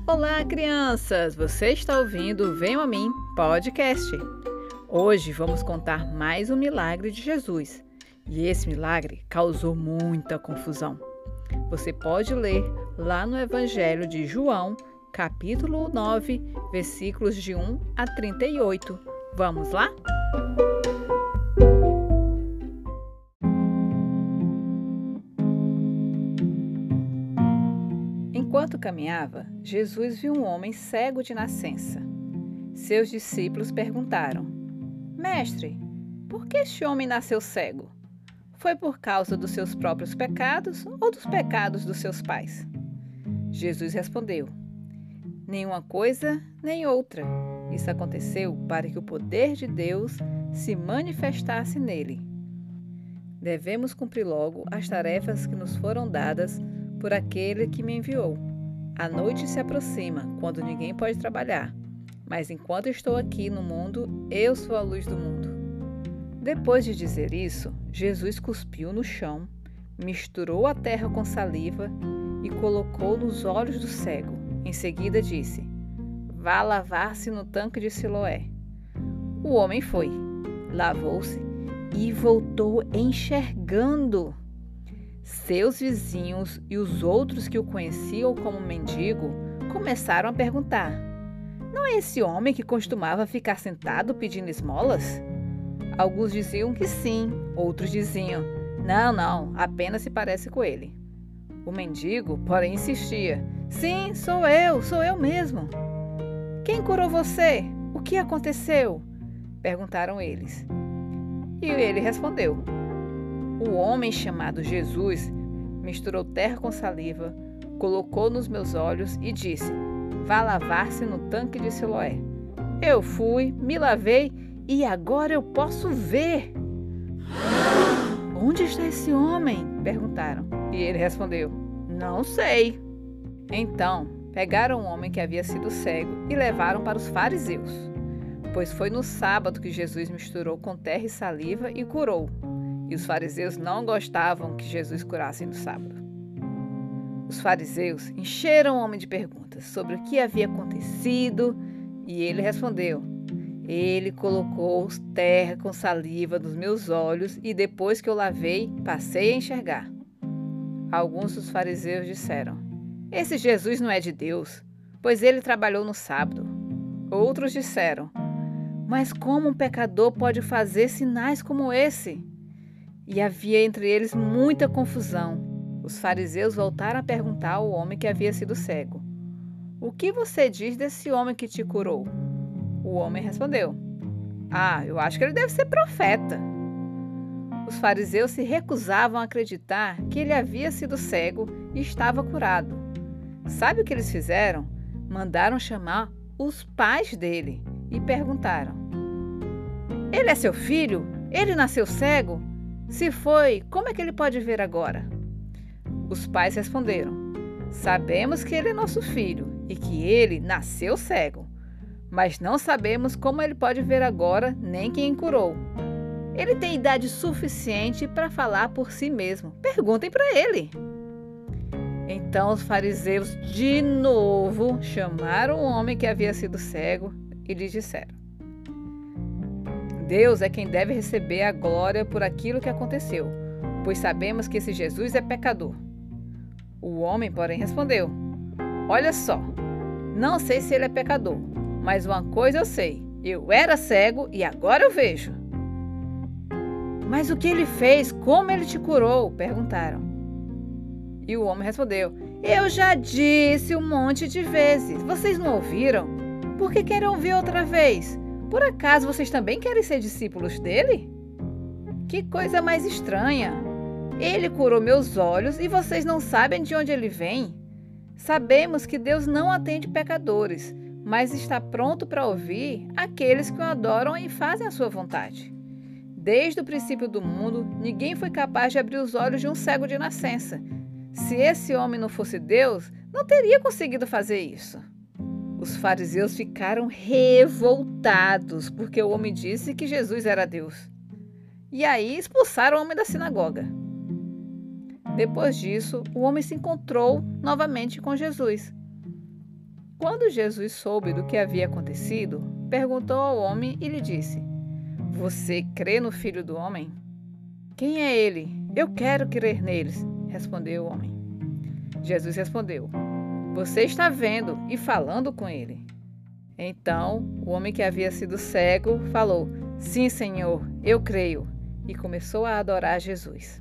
Olá, crianças! Você está ouvindo o Venham a Mim podcast. Hoje vamos contar mais um milagre de Jesus. E esse milagre causou muita confusão. Você pode ler lá no Evangelho de João, capítulo 9, versículos de 1 a 38. Vamos lá? Enquanto caminhava, Jesus viu um homem cego de nascença. Seus discípulos perguntaram: Mestre, por que este homem nasceu cego? Foi por causa dos seus próprios pecados ou dos pecados dos seus pais? Jesus respondeu: Nenhuma coisa nem outra. Isso aconteceu para que o poder de Deus se manifestasse nele. Devemos cumprir logo as tarefas que nos foram dadas por aquele que me enviou. A noite se aproxima, quando ninguém pode trabalhar. Mas enquanto estou aqui no mundo, eu sou a luz do mundo. Depois de dizer isso, Jesus cuspiu no chão, misturou a terra com saliva e colocou nos olhos do cego. Em seguida disse: Vá lavar-se no tanque de Siloé. O homem foi, lavou-se e voltou enxergando. Seus vizinhos e os outros que o conheciam como mendigo começaram a perguntar: Não é esse homem que costumava ficar sentado pedindo esmolas? Alguns diziam que sim, outros diziam: Não, apenas se parece com ele. O mendigo, porém, insistia: Sim, sou eu mesmo. Quem curou você? O que aconteceu? Perguntaram eles. E ele respondeu: O homem chamado Jesus misturou terra com saliva, colocou nos meus olhos e disse: Vá lavar-se no tanque de Siloé. Eu fui, me lavei e agora eu posso ver. Onde está esse homem? Perguntaram. E ele respondeu: Não sei. Então, pegaram o homem que havia sido cego e levaram para os fariseus, pois foi no sábado que Jesus misturou com terra e saliva e curou. E os fariseus não gostavam que Jesus curasse no sábado. Os fariseus encheram o homem de perguntas sobre o que havia acontecido e ele respondeu: Ele colocou terra com saliva nos meus olhos e depois que eu lavei, passei a enxergar. Alguns dos fariseus disseram: Esse Jesus não é de Deus, pois ele trabalhou no sábado. Outros disseram: Mas como um pecador pode fazer sinais como esse? E havia entre eles muita confusão. Os fariseus voltaram a perguntar ao homem que havia sido cego: O que você diz desse homem que te curou? O homem respondeu: Eu acho que ele deve ser profeta. Os fariseus se recusavam a acreditar que ele havia sido cego e estava curado. Sabe o que eles fizeram? Mandaram chamar os pais dele e perguntaram: Ele é seu filho? Ele nasceu cego? Se foi, como é que ele pode ver agora? Os pais responderam: Sabemos que ele é nosso filho e que ele nasceu cego, mas não sabemos como ele pode ver agora nem quem o curou. Ele tem idade suficiente para falar por si mesmo. Perguntem para ele. Então os fariseus de novo chamaram o homem que havia sido cego e lhe disseram: Deus é quem deve receber a glória por aquilo que aconteceu, pois sabemos que esse Jesus é pecador. O homem, porém, respondeu: Olha só, não sei se ele é pecador, mas uma coisa eu sei: eu era cego e agora eu vejo. Mas o que ele fez? Como ele te curou? Perguntaram. E o homem respondeu: Eu já disse um monte de vezes. Vocês não ouviram? Por que querem ouvir outra vez? Por acaso vocês também querem ser discípulos dele? Que coisa mais estranha! Ele curou meus olhos e vocês não sabem de onde ele vem? Sabemos que Deus não atende pecadores, mas está pronto para ouvir aqueles que o adoram e fazem a sua vontade. Desde o princípio do mundo, ninguém foi capaz de abrir os olhos de um cego de nascença. Se esse homem não fosse Deus, não teria conseguido fazer isso. Os fariseus ficaram revoltados porque o homem disse que Jesus era Deus. E aí expulsaram o homem da sinagoga. Depois disso, o homem se encontrou novamente com Jesus. Quando Jesus soube do que havia acontecido, perguntou ao homem e lhe disse: Você crê no Filho do Homem? Quem é ele? Eu quero crer neles, respondeu o homem. Jesus respondeu: Você está vendo e falando com ele. Então, o homem que havia sido cego falou: Sim, Senhor, eu creio, e começou a adorar Jesus.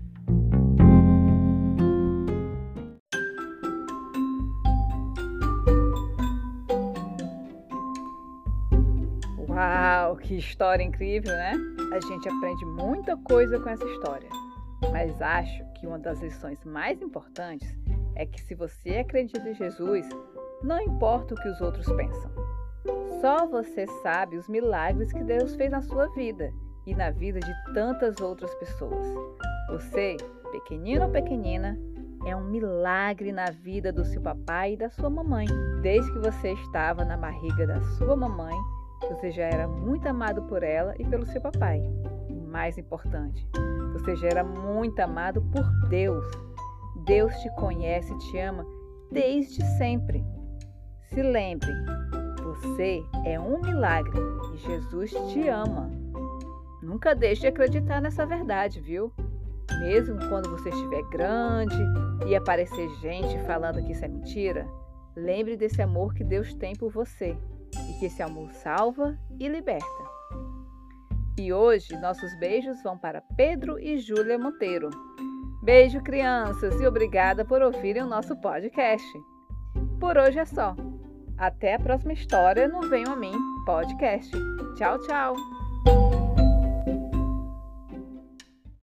Uau, que história incrível, né? A gente aprende muita coisa com essa história. Mas acho que uma das lições mais importantes é que se você acredita em Jesus, não importa o que os outros pensam. Só você sabe os milagres que Deus fez na sua vida e na vida de tantas outras pessoas. Você, pequenino ou pequenina, é um milagre na vida do seu papai e da sua mamãe. Desde que você estava na barriga da sua mamãe, você já era muito amado por ela e pelo seu papai. E mais importante, você já era muito amado por Deus. Deus te conhece e te ama desde sempre. Se lembre, você é um milagre e Jesus te ama. Nunca deixe de acreditar nessa verdade, viu? Mesmo quando você estiver grande e aparecer gente falando que isso é mentira, lembre desse amor que Deus tem por você e que esse amor salva e liberta. E hoje nossos beijos vão para Pedro e Júlia Monteiro. Beijo, crianças, e obrigada por ouvirem o nosso podcast. Por hoje é só. Até a próxima história no Venham a Mim podcast. Tchau, tchau!